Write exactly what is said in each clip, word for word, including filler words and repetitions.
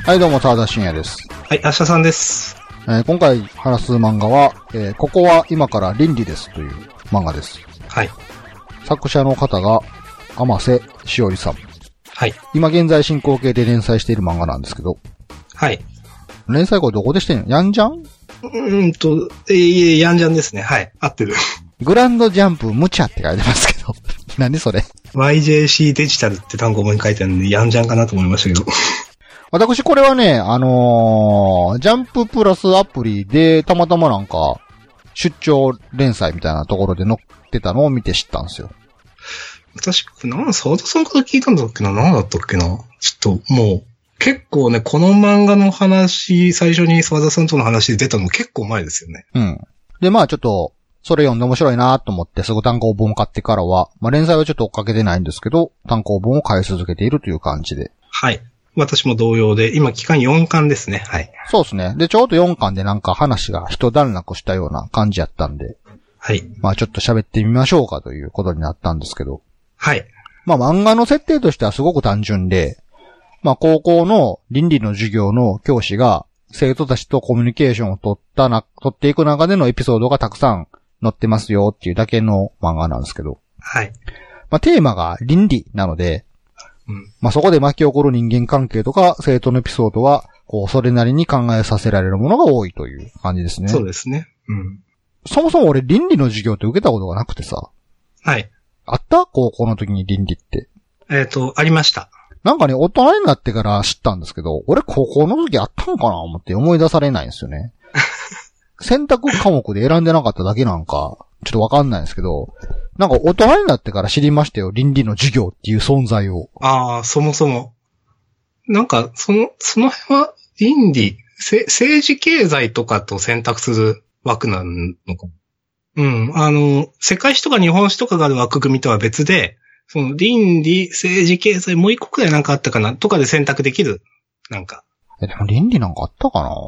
はい、どうも、沢田信也です。 はい、明日さんです。 えー、今回話す漫画は、えー、ここは今から倫理ですという漫画です。 はい。 作者の方が、天瀬しおりさん。 はい。 今現在進行形で連載している漫画なんですけど。 はい。 連載これどこでしてんの？ヤンジャン？ うーんと、えー、ヤンジャンですね。はい。合ってる。 グランドジャンプ無茶って書いてますけど。何それ？ ワイジェーシー デジタルって単語に書いてあるんで、ヤンジャンかなと思いましたけど。 私これはね、あのー、ジャンププラスアプリでたまたまなんか、出張連載みたいなところで載ってたのを見て知ったんですよ。 私、なん、沢田さんから聞いたんだっけな？何だったっけな？ちょっと、もう、結構ね、この漫画の話、最初に沢田さんとの話で出たの結構前ですよね。 うん。で、まあちょっと、それ読んで面白いなと思ってすぐ単行本を買ってからは、まあ連載はちょっと追っかけてないんですけど、単行本を買い続けているという感じで。 はい。私も同様で、今期間よんかんですね。はい。 そうですね。で、ちょうどよんかんでなんか話が一段落したような感じやったんで。 はい。 まあちょっと喋ってみましょうかということになったんですけど。 はい。 まあ漫画の設定としてはすごく単純で、まあ高校の倫理の授業の教師が生徒たちとコミュニケーションを取ったな、取っていく中でのエピソードがたくさん載ってますよっていうだけの漫画なんですけど。 はい。 まあテーマが倫理なので、 うん、 まあそこで巻き起こる人間関係とか生徒のエピソードは、こうそれなりに考えさせられるものが多いという感じですね。 そうですね。うん。そもそも俺倫理の授業って受けたことがなくてさ。 はい。 あった？高校の時に倫理って。 えっと、ありました。 なんかね、大人になってから知ったんですけど、俺高校の時あったんかな思って思い出されないんですよね。選択科目で選んでなかっただけなんか、ちょっとわかんないんですけど、なんか大人になってから知りましたよ、倫理の授業っていう存在を。 ああ、そもそも。なんか、その、その辺は倫理、せ政治経済とかと選択する枠なのか。うん。あの、世界史とか日本史とかがある枠組みとは別で、その倫理、政治経済もう一個くらいなんかあったかなとかで選択できる。なんか。 え、でも倫理なんかあったかな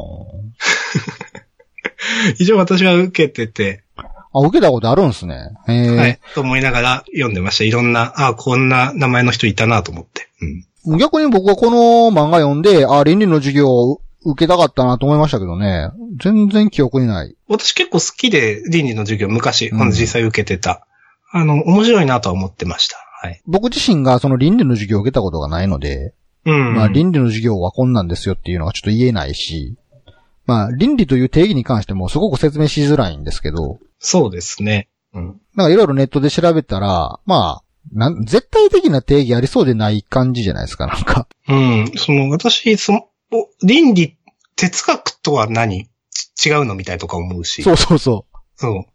一応私は受けてて。 あ、受けたことあるんですね。へー。 はい。と思いながら読んでました。いろんな、あ、こんな名前の人いたなと思って。 うん。逆に僕はこの漫画読んで、あ、倫理の授業を受けたかったなと思いましたけどね。全然記憶にない。 私結構好きで倫理の授業昔、うん、実際受けてた。あの、面白いなとは思ってました。はい。 僕自身がその倫理の授業を受けたことがないので、うん。まあ倫理の授業はこんなんですよっていうのはちょっと言えないし、まあ倫理という定義に関してもすごく説明しづらいんですけど。 そうですね。 うん。なんかいろいろネットで調べたら、まあ、なん絶対的な定義ありそうでない感じじゃないですか、なんか。 うん。その、私、その、倫理、哲学とは何？違うのみたいとか思うし。 そうそうそう。 そう。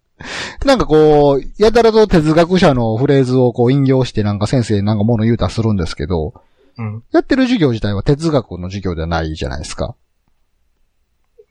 なんかこう、やたらと哲学者のフレーズをこう引用してなんか先生なんか物言うたりするんですけど、うん。やってる授業自体は哲学の授業じゃないじゃないですか。 うん、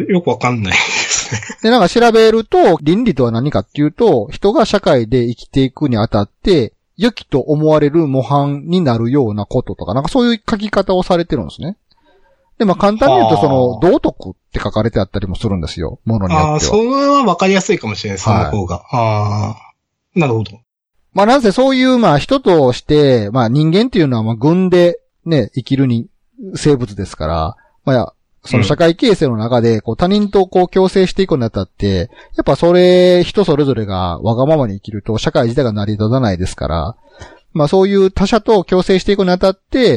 よくわかんないですね。 で、なんか調べると、倫理とは何かっていうと、人が社会で生きていくにあたって、良きと思われる模範になるようなこととか、なんかそういう書き方をされてるんですね。で、まあ簡単に言うと、その、道徳って書かれてあったりもするんですよ。ものによっては。 ああ、それはわかりやすいかもしれない、その方が。はい、ああ、なるほど。 まあなぜそういう、まあ人として、まあ人間っていうのは、まあ群でね、生きるに、生物ですから、まあ、その社会形成の中で、こう他人とこう共生していくにあたって、やっぱそれ、人それぞれがわがままに生きると社会自体が成り立たないですから、まあそういう他者と共生していくにあたって、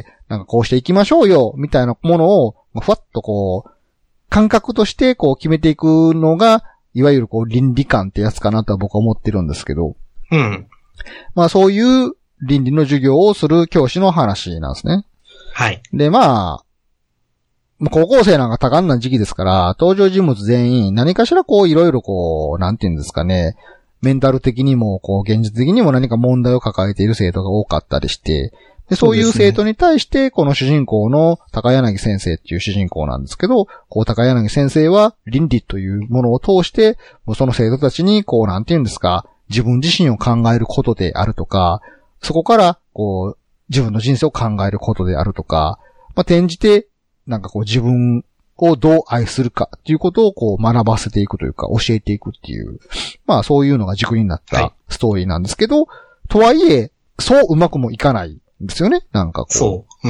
なんかこうしていきましょうよ、みたいなものを、ふわっとこう、感覚としてこう決めていくのが、いわゆるこう倫理観ってやつかなとは僕は思ってるんですけど。 うん。 まあそういう倫理の授業をする教師の話なんですね。 はい。 で、まあ、高校生なんか多感な時期ですから、登場人物全員何かしらこういろいろこう、なんていうんですかね、メンタル的にもこう現実的にも何か問題を抱えている生徒が多かったりして、でそういう生徒に対してこの主人公の高柳先生っていう主人公なんですけど、こう高柳先生は倫理というものを通して、もうその生徒たちにこうなんていうんですか、自分自身を考えることであるとか、そこからこう自分の人生を考えることであるとか、まあ、転じてなんかこう自分をどう愛するかっていうことをこう学ばせていくというか教えていくっていう、まあそういうのが軸になったストーリーなんですけど、はい、とはいえ、そううまくもいかないんですよね、なんかこう。 そうん。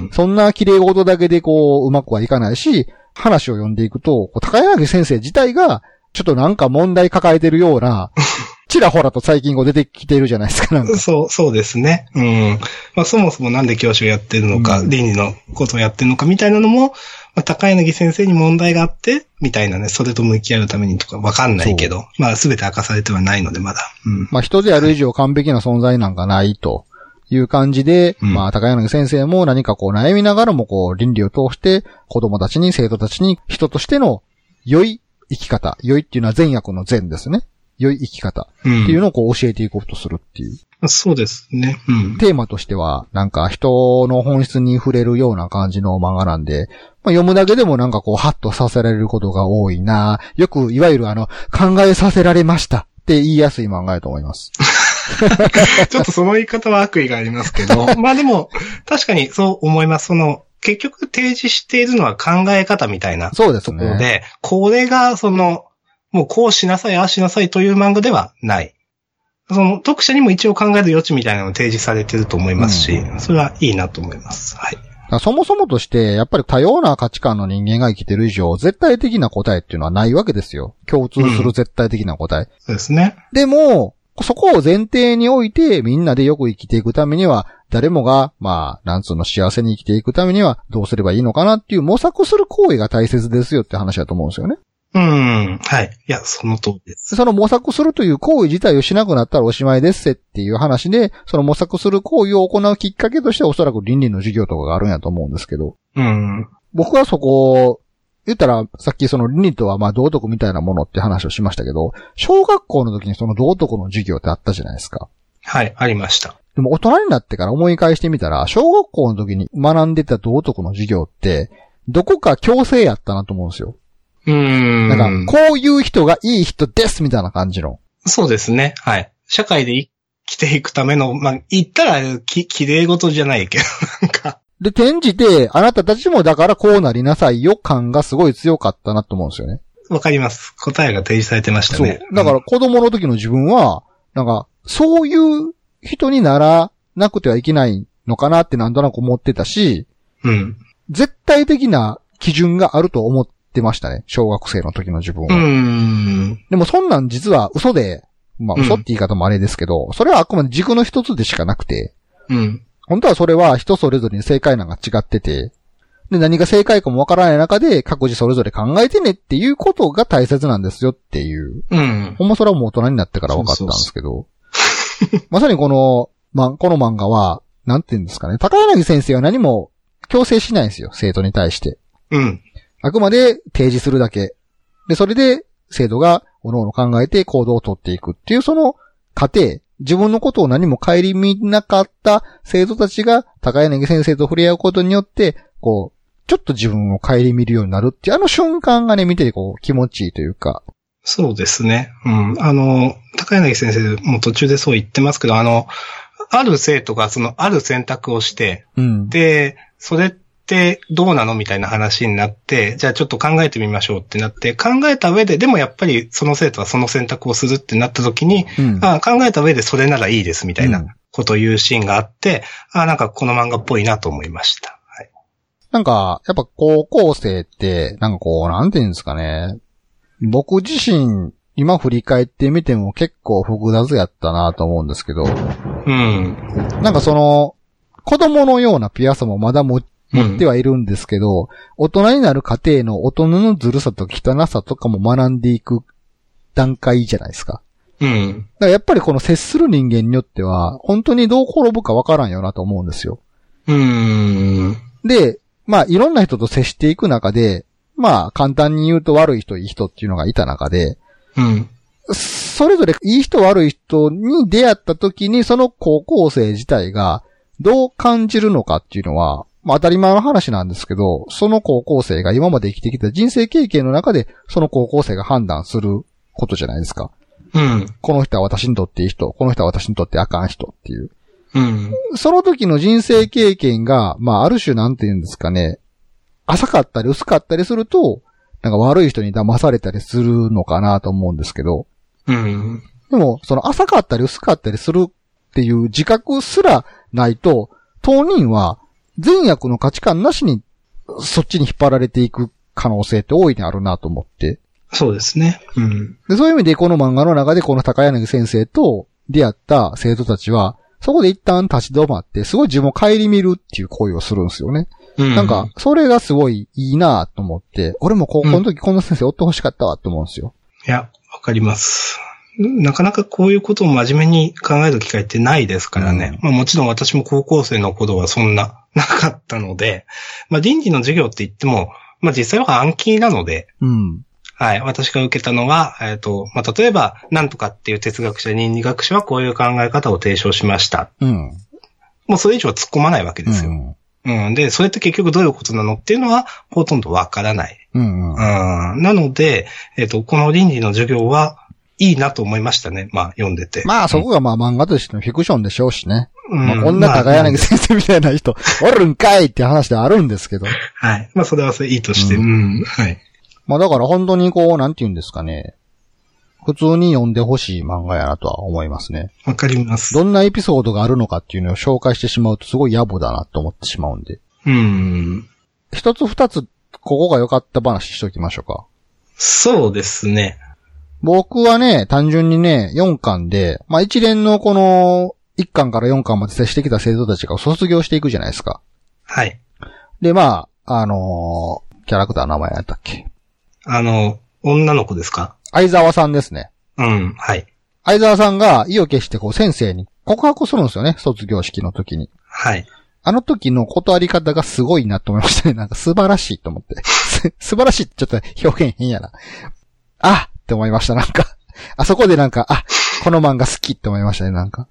そんな綺麗事だけでこう、うまくはいかないし、話を読んでいくと、高柳先生自体が、ちょっとなんか問題抱えてるような、ちらほらと最近こう出てきてるじゃないですか、なんか。 そう、そうですね。うん。まあそもそもなんで教師をやってるのか、うん、倫理のことをやってるのかみたいなのも、まあ、高柳先生に問題があって、みたいなね、それと向き合うためにとかわかんないけど、まあすべて明かされてはないのでまだ。うん、 まあ人である以上完璧な存在なんかないという感じで、うん、まあ高柳先生も何かこう悩みながらもこう倫理を通して子供たちに生徒たちに人としての良い生き方、良いっていうのは善悪の善ですね。良い生き方っていうのをこう教えていこうとするっていう。 うん、そうですね。うん。 テーマとしては、なんか人の本質に触れるような感じの漫画なんで、まあ、読むだけでもなんかこうハッとさせられることが多いな。よくいわゆるあの、考えさせられましたって言いやすい漫画だと思います。 ちょっとその言い方は悪意がありますけど、まあでも、確かにそう思います。その、結局提示しているのは考え方みたいな。 そうですね。 ところで、これがその、もうこうしなさい、ああしなさいという漫画ではない。その読者にも一応考える余地みたいなのを提示されていると思いますし、うん、それはいいなと思います。はい。 そもそもとして、やっぱり多様な価値観の人間が生きてる以上、絶対的な答えっていうのはないわけですよ。共通する絶対的な答え。うん、 そうですね。 でも、そこを前提において、みんなでよく生きていくためには、誰もが、まあ、なんつうの幸せに生きていくためには、どうすればいいのかなっていう模索する行為が大切ですよって話だと思うんですよね。 うん。はい。いや、その通りです。 その模索するという行為自体をしなくなったらおしまいですっていう話で、その模索する行為を行うきっかけとしておそらく倫理の授業とかがあるんやと思うんですけど。 うん。 僕はそこを、言ったら、さっきその倫理とはまあ道徳みたいなものって話をしましたけど、小学校の時にその道徳の授業ってあったじゃないですか。 はい、ありました。 でも大人になってから思い返してみたら、小学校の時に学んでた道徳の授業って、どこか強制やったなと思うんですよ。 うーん。 なんか、こういう人がいい人ですみたいな感じの。 そうですね。はい。社会で生きていくための、まあ、言ったらき、綺麗事じゃないけど、なんか。 で、転じて、あなたたちもだからこうなりなさいよ感がすごい強かったなと思うんですよね。 わかります。答えが提示されてましたね。 そう。だから子供の時の自分は、なんか、そういう人にならなくてはいけないのかなってなんとなく思ってたし、 うん。 絶対的な基準があると思ってましたね。小学生の時の自分は。 うーん。 でもそんなん実は嘘で、まあ嘘って言い方もあれですけど、うん、それはあくまで軸の一つでしかなくて、 うん。 本当はそれは人それぞれに正解なんか違ってて、で、何が正解かもわからない中で各自それぞれ考えてねっていうことが大切なんですよっていう。 うん。 ほんまそれはもう大人になってから分かったんですけど。そうそうそうまさにこの、ま、この漫画は、なんて言うんですかね。高柳先生は何も強制しないんですよ。生徒に対して。 うん。 あくまで提示するだけ。で、それで生徒が各々考えて行動をとっていくっていうその過程。自分のことを何も顧みなかった生徒たちが高柳先生と触れ合うことによって、こう、ちょっと自分を顧みるようになるっていうあの瞬間がね、見てこう気持ちいいというか。 そうですね。うん。あの、高柳先生も途中でそう言ってますけど、あの、ある生徒がそのある選択をして、 うん、 で、それってどうなのみたいな話になって、じゃあちょっと考えてみましょうってなって、考えた上で、でもやっぱりその生徒はその選択をするってなった時に、 うん、 あ考えた上でそれならいいですみたいなことを言うシーンがあって、うん、あなんかこの漫画っぽいなと思いました。はい、 なんか、やっぱ高校生って、なんかこう、なんていうんですかね。僕自身、今振り返ってみても結構複雑やったなと思うんですけど。 うん。 なんかその、子供のようなピュアさもまだも持ってはいるんですけど、うん、大人になる過程の大人のずるさと汚さとかも学んでいく段階じゃないですか。 うん。 だからやっぱりこの接する人間によっては、本当にどう転ぶかわからんよなと思うんですよ。 うん。 で、まあいろんな人と接していく中で、まあ簡単に言うと悪い人いい人っていうのがいた中で、 うん。 それぞれいい人悪い人に出会った時にその高校生自体がどう感じるのかっていうのは、まあ当たり前の話なんですけど、その高校生が今まで生きてきた人生経験の中でその高校生が判断することじゃないですか。 うん。 この人は私にとっていい人、この人は私にとってあかん人っていう。 うん。 その時の人生経験が、まあある種なんて言うんですかね、浅かったり薄かったりすると、なんか悪い人に騙されたりするのかなと思うんですけど。 うん。 でも、その浅かったり薄かったりするっていう自覚すらないと、当人は善悪の価値観なしに、そっちに引っ張られていく可能性って大いにあるなと思って。 そうですね。うん。 で、そういう意味でこの漫画の中でこの高柳先生と出会った生徒たちは、そこで一旦立ち止まって、すごい自分を顧みるっていう行為をするんですよね。うん、なんか、それがすごいいいなと思って、俺も高校の時こんな先生おってほしかったわと思うんですよ。 いや、わかります。なかなかこういうことを真面目に考える機会ってないですからね。うん、まあもちろん私も高校生の頃はそんな、なかったので、まあ倫理の授業って言っても、まあ実際は暗記なので、 うん、 はい。私が受けたのは、えっと、まあ例えば、なんとかっていう哲学者、倫理学者はこういう考え方を提唱しました。 うん、 もうそれ以上は突っ込まないわけですよ。うんうん。で、それって結局どういうことなのっていうのは、ほとんどわからない。 うんうん。 うん。なので、えっと、この倫理の授業は、いいなと思いましたね。まあ、読んでて。 まあ、そこがまあ、漫画としてのフィクションでしょうしね。うん。まあ、こんな高柳先生みたいな人、おるんかいって話であるんですけど。 はい。まあ、それはそれいいとして。うん。うん、はい。 まあ、だから本当にこう、なんて言うんですかね。普通に読んでほしい漫画やなとは思いますね。 わかります。 どんなエピソードがあるのかっていうのを紹介してしまうとすごい野暮だなと思ってしまうんで。 うん。 一つ二つ、ここが良かった話しておきましょうか。 そうですね。 僕はね、単純にね、よんかんで、まあ一連のこの、いっかんからよんかんまで接してきた生徒たちが卒業していくじゃないですか。 はい。 で、まあ、あのー、キャラクターの名前何だっけ？ あの、女の子ですか？ 相沢さんですね。 うん、はい。 相沢さんが意を決してこう先生に告白するんですよね、卒業式の時に。 はい。 あの時の断り方がすごいなと思いましたね。なんか素晴らしいと思って。素晴らしいってちょっと表現変やな。あって思いました、なんか。あそこでなんか、あ、この漫画好きって思いましたね、なんか。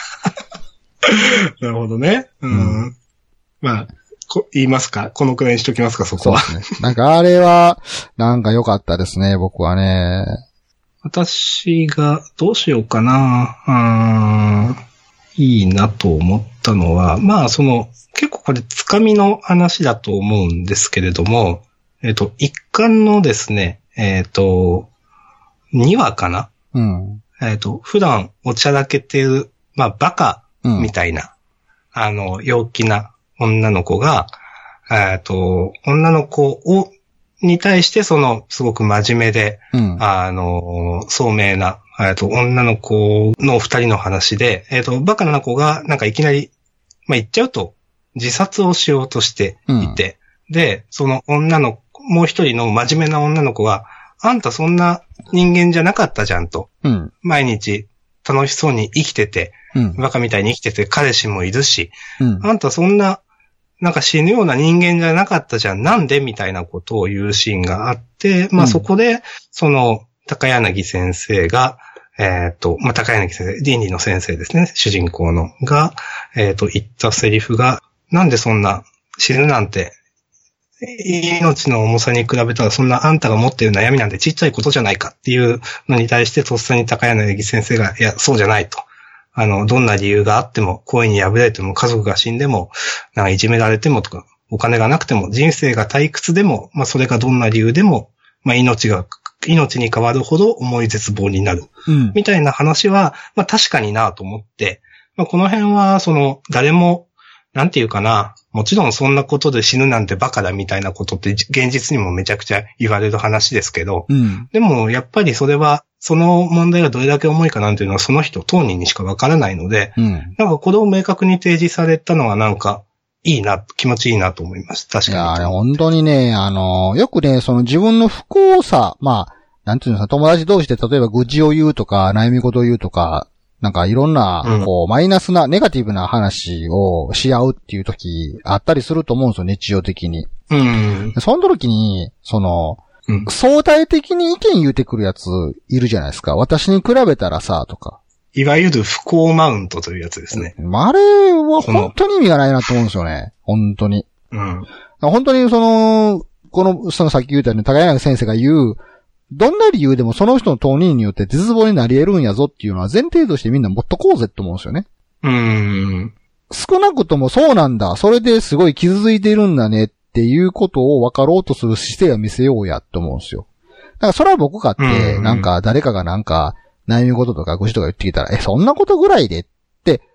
なるほどね。うん。うん、まあ、こ言いますか？このくらいにしときますか、そこは。 そうですね。なんかあれは、なんか良かったですね、僕はね。 私が、どうしようかな。うーん。いいなと思ったのは、まあ、その、結構これ、つかみの話だと思うんですけれども、えっと、一巻のですね、えっと、にわかな？ うん。 えっと、普段おちゃらけてる、まあ、バカみたいな、うん、あの、陽気な女の子が、えっと、女の子を、に対してその、すごく真面目で、 うん、 あの、聡明な、えっと、女の子の二人の話で、えっと、バカな子が、なんかいきなり、まあ、言っちゃうと、自殺をしようとしていて、うん、で、その女の、もう一人の真面目な女の子が、あんたそんな人間じゃなかったじゃんと。 うん、 毎日楽しそうに生きてて、 うん、 バカみたいに生きてて彼氏もいるし、 うん、 あんたそんな、なんか死ぬような人間じゃなかったじゃん、なんでみたいなことを言うシーンがあって、まあそこで、その、高柳先生が、えっと、まあ高柳先生、倫理の先生ですね、主人公の、が、えっと、言ったセリフが、なんでそんな死ぬなんて、命の重さに比べたらそんなあんたが持っている悩みなんてちっちゃいことじゃないかっていうのに対してとっさに高柳先生が、いや、そうじゃないと。あの、どんな理由があっても、恋に破れても、家族が死んでも、なんかいじめられてもとか、お金がなくても、人生が退屈でも、まあそれがどんな理由でも、まあ命が、命に変わるほど重い絶望になる。 うん、 みたいな話は、まあ確かになと思って、まあこの辺は、その、誰も、なんていうかな、もちろんそんなことで死ぬなんてバカだみたいなことって現実にもめちゃくちゃ言われる話ですけど、 うん、 でもやっぱりそれは、その問題がどれだけ重いかなんていうのはその人当人にしかわからないので、 うん、 なんかこれを明確に提示されたのはなんかいいな、気持ちいいなと思います。確かに。 いや、あれ本当にね、あの、よくね、その自分の不幸さ、まあ、なんていうのか、友達同士で例えば愚痴を言うとか、悩み事を言うとか、なんかいろんな、こう、マイナスな、ネガティブな話をし合うっていう時あったりすると思うんですよ、日常的に。 うん。 その時に、その、 うん、 相対的に意見言うてくるやついるじゃないですか。私に比べたらさ、とか。 いわゆる不幸マウントというやつですね。 あれは本当に意味がないなと思うんですよね。本当に。 うん。 本当にその、この、そのさっき言ったように高柳先生が言う、どんな理由でもその人の当人によって絶望になり得るんやぞっていうのは前提としてみんな持っとこうぜって思うんですよね。 うーん。 少なくともそうなんだ。それですごい傷ついているんだねっていうことを分かろうとする姿勢を見せようやって思うんですよ。だからそれは僕かって、なんか誰かがなんか悩み事とか愚痴とか言ってきたら、え、そんなことぐらいでって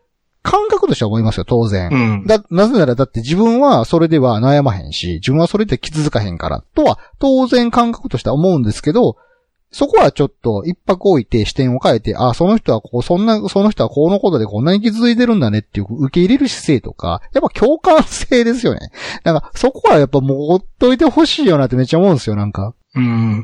感覚としては思いますよ、当然。 うん。 だ、なぜならだって自分はそれでは悩まへんし、自分はそれで気づかへんから、とは当然感覚としては思うんですけど、そこはちょっと一泊置いて視点を変えて、あ、その人はこう、そんな、その人はこのことでこんなに気づいてるんだねっていう受け入れる姿勢とか、やっぱ共感性ですよね。なんか、そこはやっぱもうほっといてほしいよなってめっちゃ思うんですよ、なんか。 うん。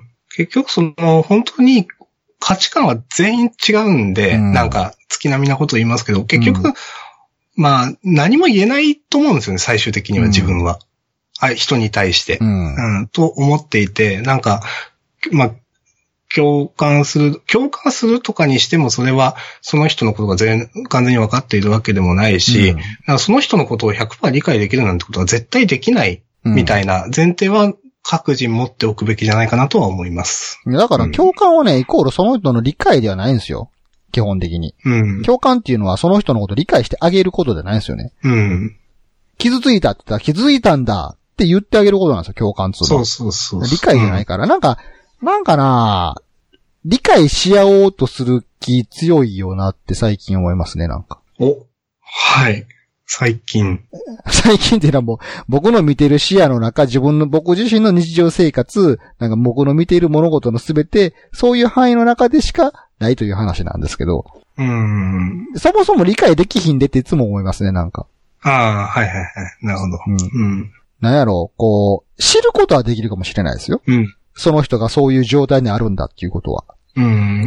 結局その、本当に価値観は全員違うんで、うん、なんか月並みなこと言いますけど、結局、うん、まあ、何も言えないと思うんですよね、最終的には自分は。うん、はい、人に対して、うんうん。と思っていて、なんか、まあ、共感する、共感するとかにしてもそれはその人のことが全完全に分かっているわけでもないし、うん、だからその人のことを ひゃくパーセント 理解できるなんてことは絶対できないみたいな前提は各人持っておくべきじゃないかなとは思います。 だから共感はね、うん、イコールその人の理解ではないんですよ。基本的に。うん、共感っていうのはその人のことを理解してあげることじゃないんですよね。うん、傷ついたって言ったら気づいたんだって言ってあげることなんですよ、共感っていうのは。 そうそうそう。 理解じゃないから。うん、なんか、なんかなぁ、理解し合おうとする気強いよなって最近思いますね、なんか。 お、はい。最近。 最近っていうのはもう、僕の見てる視野の中、自分の、僕自身の日常生活、なんか僕の見ている物事のすべて、そういう範囲の中でしかないという話なんですけど。 うーん。 そもそも理解できひんでっていつも思いますね、なんか。 ああ、はいはいはい。なるほど。うん。うん、 なんやろう、こう、知ることはできるかもしれないですよ。うん。その人がそういう状態にあるんだっていうことは。 うん。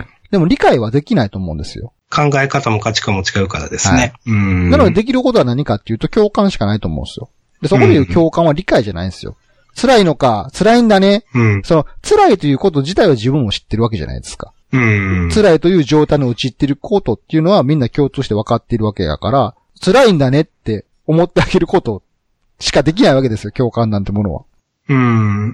でも理解はできないと思うんですよ。 考え方も価値観も違うからですね。はい、 うん。なのでできることは何かっていうと共感しかないと思うんですよ。で、そこで言う共感は理解じゃないんですよ。辛いのか、辛いんだね。うん。その、辛いということ自体は自分も知ってるわけじゃないですか。うん。辛いという状態に陥っていることっていうのはみんな共通して分かっているわけやから、辛いんだねって思ってあげることしかできないわけですよ、共感なんてものは。 うん。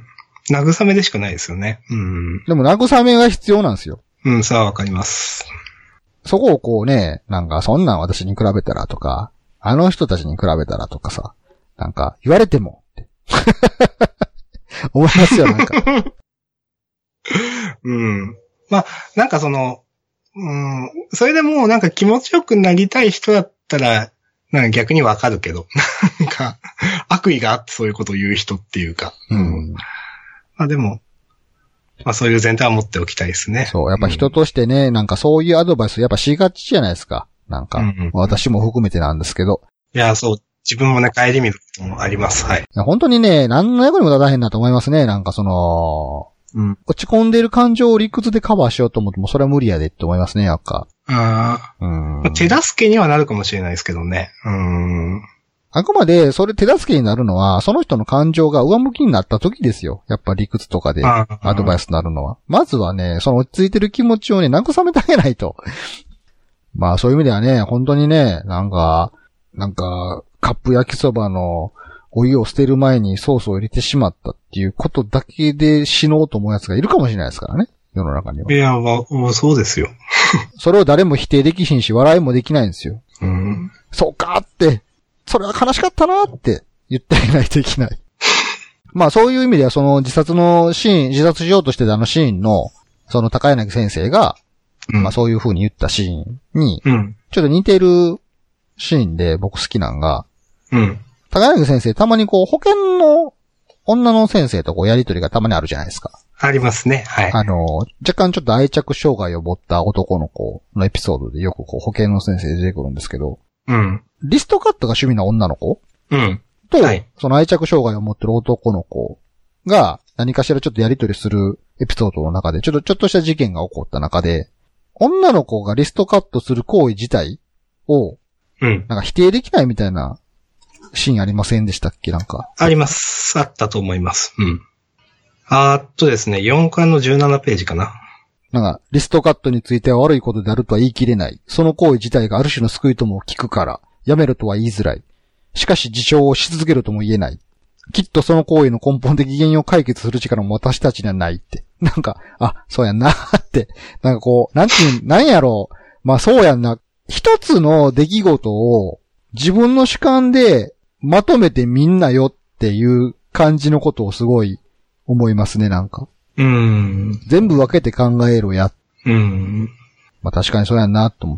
慰めでしかないですよね。うん。 でも慰めが必要なんですよ。 うん、さあわかります。 そこをこうね、なんかそんなん私に比べたらとか、あの人たちに比べたらとかさ、なんか言われてもって思いますよ、なんか。 うん。まあ、なんかその、うん、それでもうなんか気持ちよくなりたい人だったら、なんか逆にわかるけど、なんか悪意があってそういうことを言う人っていうか。うん。まあでも、まあそういう前提は持っておきたいですね。 そう、やっぱ人としてね、うん、なんかそういうアドバイスやっぱしがちじゃないですか。なんか、うんうん、私も含めてなんですけど。 いや、そう、自分もね、顧みることもあります。はい。いや本当にね、何の役にも立たへんなと思いますね。なんかその、うん、落ち込んでいる感情を理屈でカバーしようと思ってもそれは無理やでって思いますね、やっぱ。 ああ。うん、まあ、手助けにはなるかもしれないですけどね。うん。 あくまで、それ手助けになるのは、その人の感情が上向きになった時ですよ。やっぱ理屈とかでアドバイスになるのは。まずはね、その落ち着いてる気持ちをね、慰めてあげないと。まあそういう意味ではね、本当にね、なんか、なんか、カップ焼きそばのお湯を捨てる前にソースを入れてしまったっていうことだけで死のうと思うやつがいるかもしれないですからね。世の中には。 いや、まあ、そうですよ。 それを誰も否定できひんし、笑いもできないんですよ。 うん。 そうかって。それは悲しかったなって言ってあげないといけない。まあそういう意味ではその自殺のシーン、自殺しようとしてたあのシーンの、その高柳先生が、うん、まあそういう風に言ったシーンに、うん、ちょっと似てるシーンで僕好きなんが、 うん、 高柳先生たまにこう保険の女の先生とこうやりとりがたまにあるじゃないですか。 ありますね。はい。 あの、若干ちょっと愛着障害を持った男の子のエピソードでよくこう保険の先生出てくるんですけど、 うん。 リストカットが趣味な女の子うん。 と、はい、その愛着障害を持ってる男の子が何かしらちょっとやりとりするエピソードの中で、ちょっとちょっとした事件が起こった中で、女の子がリストカットする行為自体を、 うん。 なんか否定できないみたいなシーンありませんでしたっけなんか。 あります。あったと思います。うん。あーっとですね、よんかんのじゅうななページかな。 なんか、リストカットについては悪いことであるとは言い切れない。その行為自体がある種の救いとも聞くから、やめろとは言いづらい。しかし自傷をし続けるとも言えない。きっとその行為の根本的原因を解決する力も私たちにはないって。なんか、あ、そうやんなって。なんかこう、なんていう、なんやろう。まあそうやんな。一つの出来事を自分の主観でまとめてみんなよっていう感じのことをすごい思いますね、なんか。 うーん。 全部分けて考えろや。 うーん。 まあ確かにそうやんなと思って。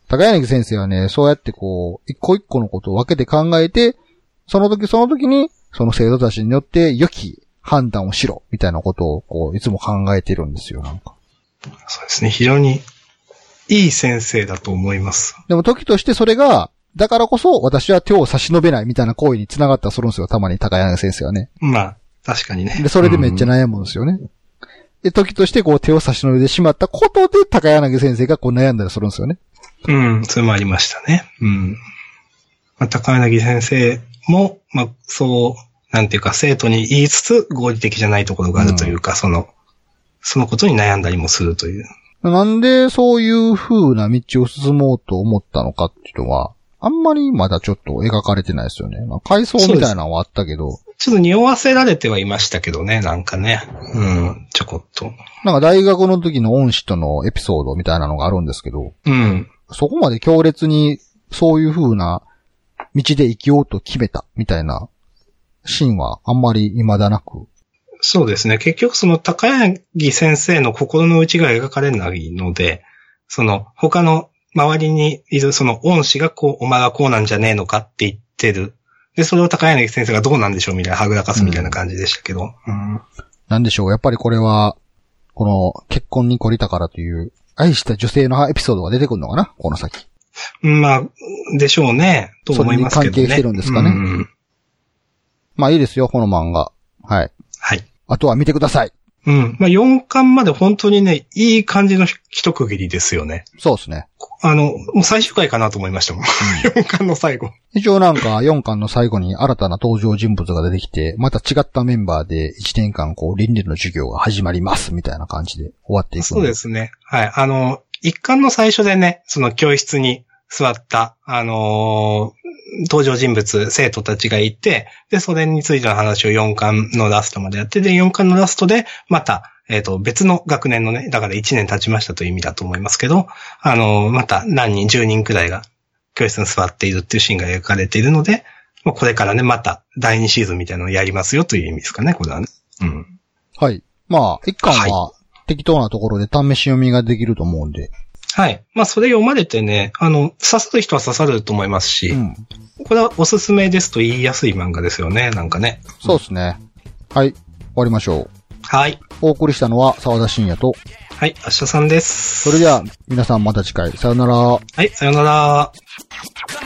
高柳先生はね、そうやってこう、一個一個のことを分けて考えて、その時その時に、その生徒たちによって良き判断をしろ、みたいなことを、こう、いつも考えてるんですよ、なんか。 そうですね。非常にいい先生だと思います。 でも時としてそれが、だからこそ私は手を差し伸べないみたいな行為に繋がったりするんですよ、たまに高柳先生はね。 まあ、確かにね。 で、それでめっちゃ悩むんですよね。うん、で、時としてこう手を差し伸べてしまったことで高柳先生がこう悩んだりするんですよね。 うん、それもありましたね。うん。まあ、高柳先生も、まあ、そう、なんていうか、生徒に言いつつ合理的じゃないところがあるというか、うん、その、そのことに悩んだりもするという。 なんでそういう風な道を進もうと思ったのかっていうのは、あんまりまだちょっと描かれてないですよね。まあ、回想みたいなのはあったけど。 ちょっと匂わせられてはいましたけどね、なんかね。うん、ちょこっと。 なんか大学の時の恩師とのエピソードみたいなのがあるんですけど。 うん。 そこまで強烈にそういう風な道で生きようと決めたみたいなシーンはあんまり未だなく。 そうですね。結局その高柳先生の心の内が描かれないので、その他の周りにいるその恩師がこう、お前はこうなんじゃねえのかって言ってる。で、それを高柳先生がどうなんでしょうみたいな、はぐらかすみたいな感じでしたけど。うん。 なんでしょう。やっぱりこれは、この結婚に懲りたからという、愛した女性のエピソードが出てくるのかなこの先。 まあ、でしょうね。と思いますけどね。 それに関係してるんですかね。うん、まあいいですよ、この漫画。はい。 はい。 あとは見てください。 うん。まあよんかんまで本当にね、いい感じの一区切りですよね。 そうですね。 あの、もう最終回かなと思いましたもん。うん、よんかんの最後。 一応なんかよんかんの最後に新たな登場人物が出てきて、また違ったメンバーでいちねんかんこう倫理の授業が始まりますみたいな感じで終わっていく。 そうですね。はい。あの、いっかんの最初でね、その教室に座った、あのー、登場人物、生徒たちがいて、で、それについての話をよんかんのラストまでやって、で、よんかんのラストで、また、えっと、別の学年のね、だからいちねん経ちましたという意味だと思いますけど、あのー、また何人、じゅうにんくらいが教室に座っているっていうシーンが描かれているので、まあ、これからね、まただいにシーズンみたいなのをやりますよという意味ですかね、これはね。うん。 はい。まあ、いっかんは適当なところで試し読みができると思うんで。 はい。まあ、それ読まれてね、あの、刺さる人は刺さると思いますし、うん、これはおすすめですと言いやすい漫画ですよね、なんかね。 そうですね。はい。終わりましょう。 はい。 お送りしたのは沢田信也と、 はい、明日さんです。 それでは、皆さんまた次回、さよなら。はい、さよなら。